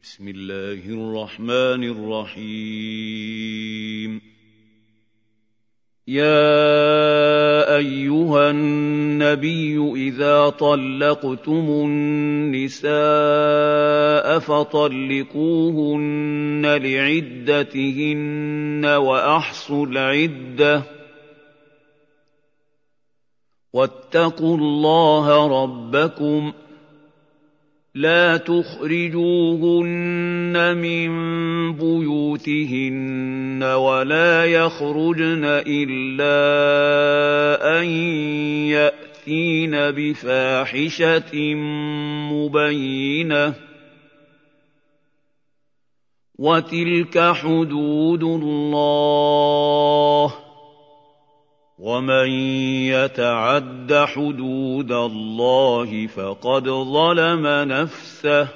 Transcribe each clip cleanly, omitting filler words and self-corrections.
بسم الله الرحمن الرحيم يا أيها النبي إذا طلقتم النساء فطلقوهن لعدتهن وأحصوا العدة واتقوا الله ربكم لا تخرجوهن من بيوتهن ولا يخرجن إلا أن يأتين بفاحشة مبينة وتلك حدود الله ومن يتعد حدود الله فقد ظلم نفسه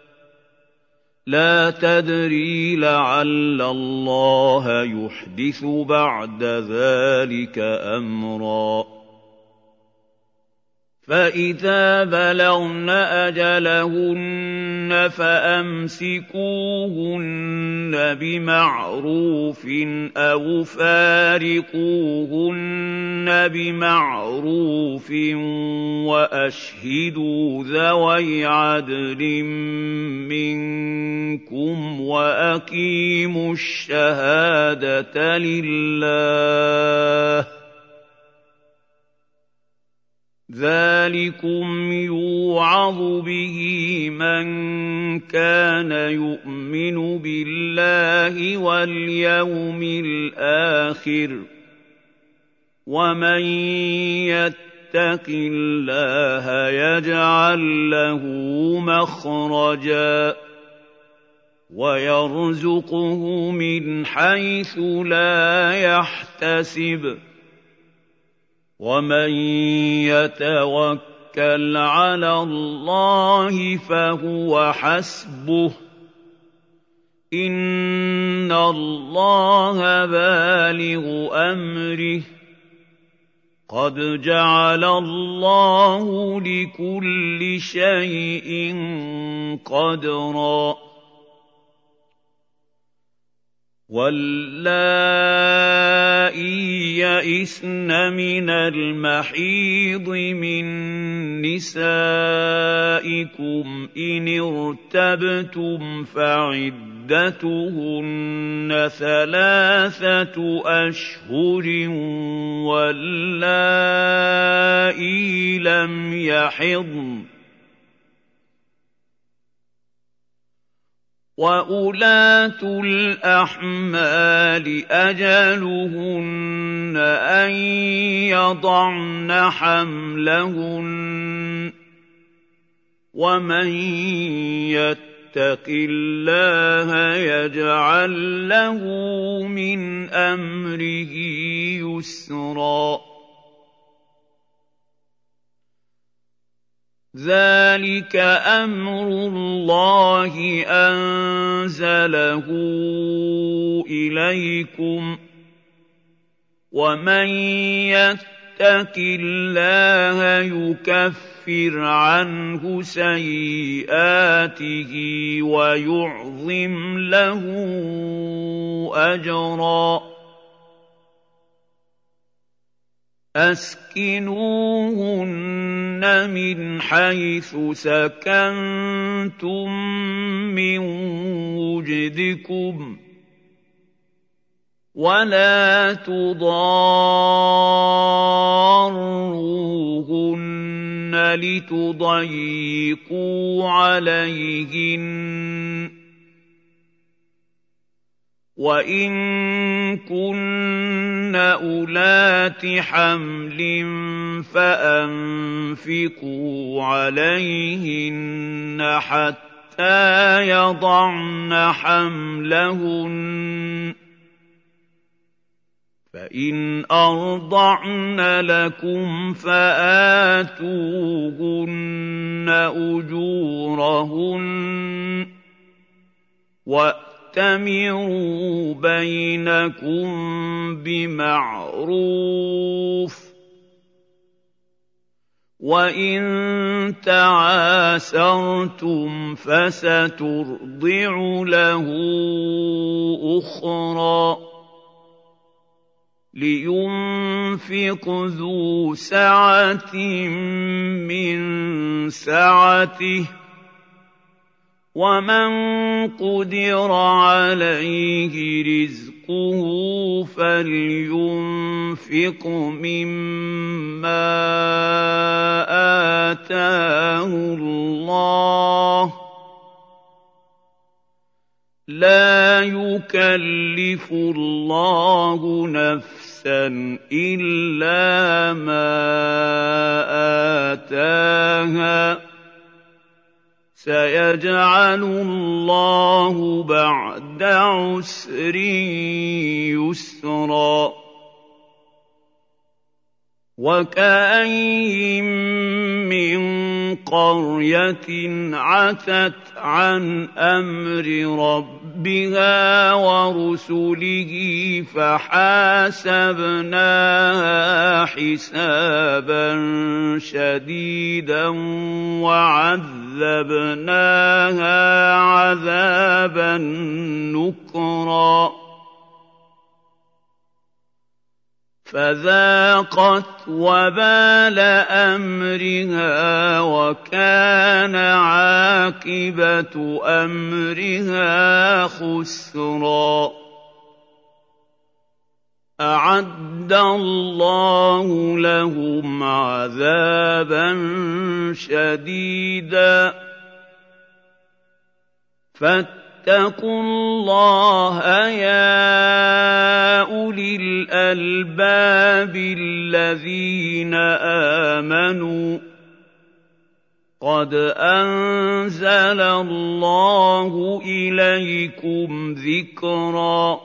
لا تدري لعل الله يحدث بعد ذلك أمرا فإذا بلغن أجلهن فأمسكوهن بمعروف أو فارقوهن بمعروف وأشهدوا ذوي عدل منكم وأقيموا الشهادة لله ذلكم يوعظ به من كان يؤمن بالله واليوم الآخر ومن يتق الله يجعل له مخرجا ويرزقه من حيث لا يحتسب ومن يتوكل على الله فهو حسبه إن الله بالغ أمره قد جعل الله لكل شيء قدرا واللائي يئسن من المحيض من نسائكم إن ارتبتم فعدتهن 3 أشهر واللائي لم يحضن وَأُولَاتُ الْأَحْمَالِ أَجَلُهُنَّ أَن يَضَعْنَ حَمْلَهُنَّ ۚ وَمَن يَتَّقِ اللَّهَ يَجْعَل لَّهُ مِنْ أَمْرِهِ يُسْرًا ذَلِكَ أَمْرُ اللَّهِ أَنزَلَهُ إِلَيْكُمْ ۚ وَمَن يَتَّقِ اللَّهَ يُكَفِّرْ عَنْهُ سَيِّئَاتِهِ وَيُعْظِمْ لَهُ أَجْرًا أَسْكِنُوهُنَّ مِنْ حَيْثُ سَكَنتُم مِّن وُجْدِكُمْ وَلَا تُضَارُّوهُنَّ لِتُضَيِّقُوا عَلَيْهِنَّ وَإِن كُنَّ أُولَاتِ حَمْلٍ فَأَنفِقُوا عَلَيْهِنَّ حَتَّىٰ يَضَعْنَ حَمْلَهُنَّ ۚ فَإِنْ أَرْضَعْنَ لَكُمْ فَآتُوهُنَّ أُجُورَهُنَّ وَأْتَمِرُوا بَيْنَكُم بِمَعْرُوفٍ وَإِن تَعَاسَرْتُمْ فَسَتُرْضِعُ لَهُ أُخْرَىٰ لِيُنفِقْ ذُو سَعَةٍ مِّن سَعَتِهِ ۖ وَمَن قُدِرَ عَلَيْهِ رِزْقُهُ فَلْيُنفِقْ مِمَّا آتَاهُ اللَّهُ ۚ لَا يُكَلِّفُ اللَّهُ نَفْسًا إِلَّا مَا آتَاهَا ۚ سَيَجْعَلُ اللَّهُ بَعْدَ عُسْرٍ يُسْرًا وَكَأَيِّن مِّن قَرْيَةٍ عَتَتْ عَنْ أَمْرِ رَبِّهَا وَرُسُلِهِ فَحَاسَبْنَاهَا حِسَابًا شَدِيدًا وَعَذَّبْنَاهَا عَذَابًا نُّكْرًا فَذَاقَتْ وَبَالَ أَمْرِهَا وَكَانَ عَاقِبَةُ أَمْرِهَا خُسْرًا أَعَدَّ اللَّهُ لَهُمْ عَذَابًا شَدِيدًا فَاتَّقُوا اللَّهَ يَا أُولِي الْأَلْبَابِ الَّذِينَ آمَنُوا قَدْ أَنزَلَ اللَّهُ إِلَيْكُمْ ذِكْرًا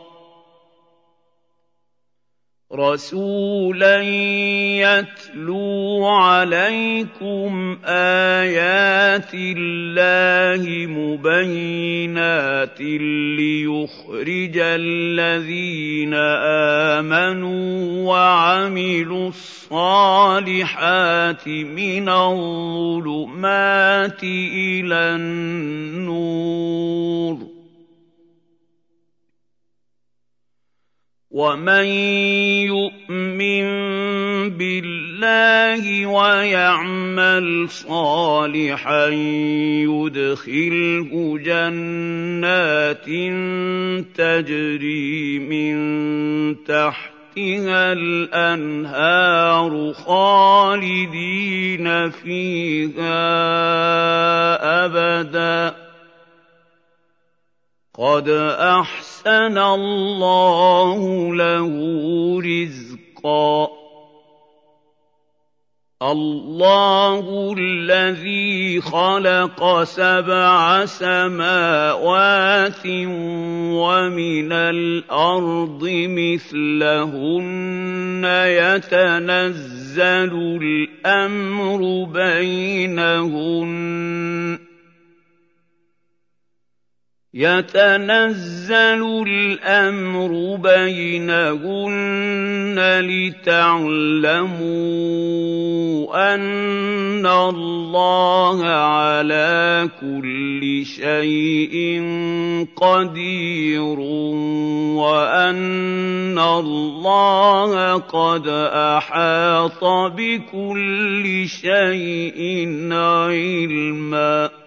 رَسُولًا يَتْلُو عَلَيْكُمْ آيَاتِ اللَّهِ مُبَيِّنَاتٍ لِّيُخْرِجَ الَّذِينَ آمَنُوا وَعَمِلُوا الصَّالِحَاتِ مِنَ الظُّلُمَاتِ إِلَى النُّورِ وَمَن يُؤْمِن بِاللَّهِ وَيَعْمَلْ صَالِحًا يُدْخِلْهُ جَنَّاتٍ تَجْرِي مِن تَحْتِهَا الْأَنْهَارُ خَالِدِينَ فِيهَا أَبَدًا ۖ قَدْ أَحْسَنَ اللَّهُ لَهُ رِزْقًا اللَّهُ الَّذِي خَلَقَ 7 سَمَاوَاتٍ وَمِنَ الْأَرْضِ مِثْلَهُنَّ يَتَنَزَّلُ الْأَمْرُ بَيْنَهُنَّ لِتَعْلَمُوا أَنَّ اللَّهَ عَلَىٰ كُلِّ شَيْءٍ قَدِيرٌ وَأَنَّ اللَّهَ قَدْ أَحَاطَ بِكُلِّ شَيْءٍ عِلْمًا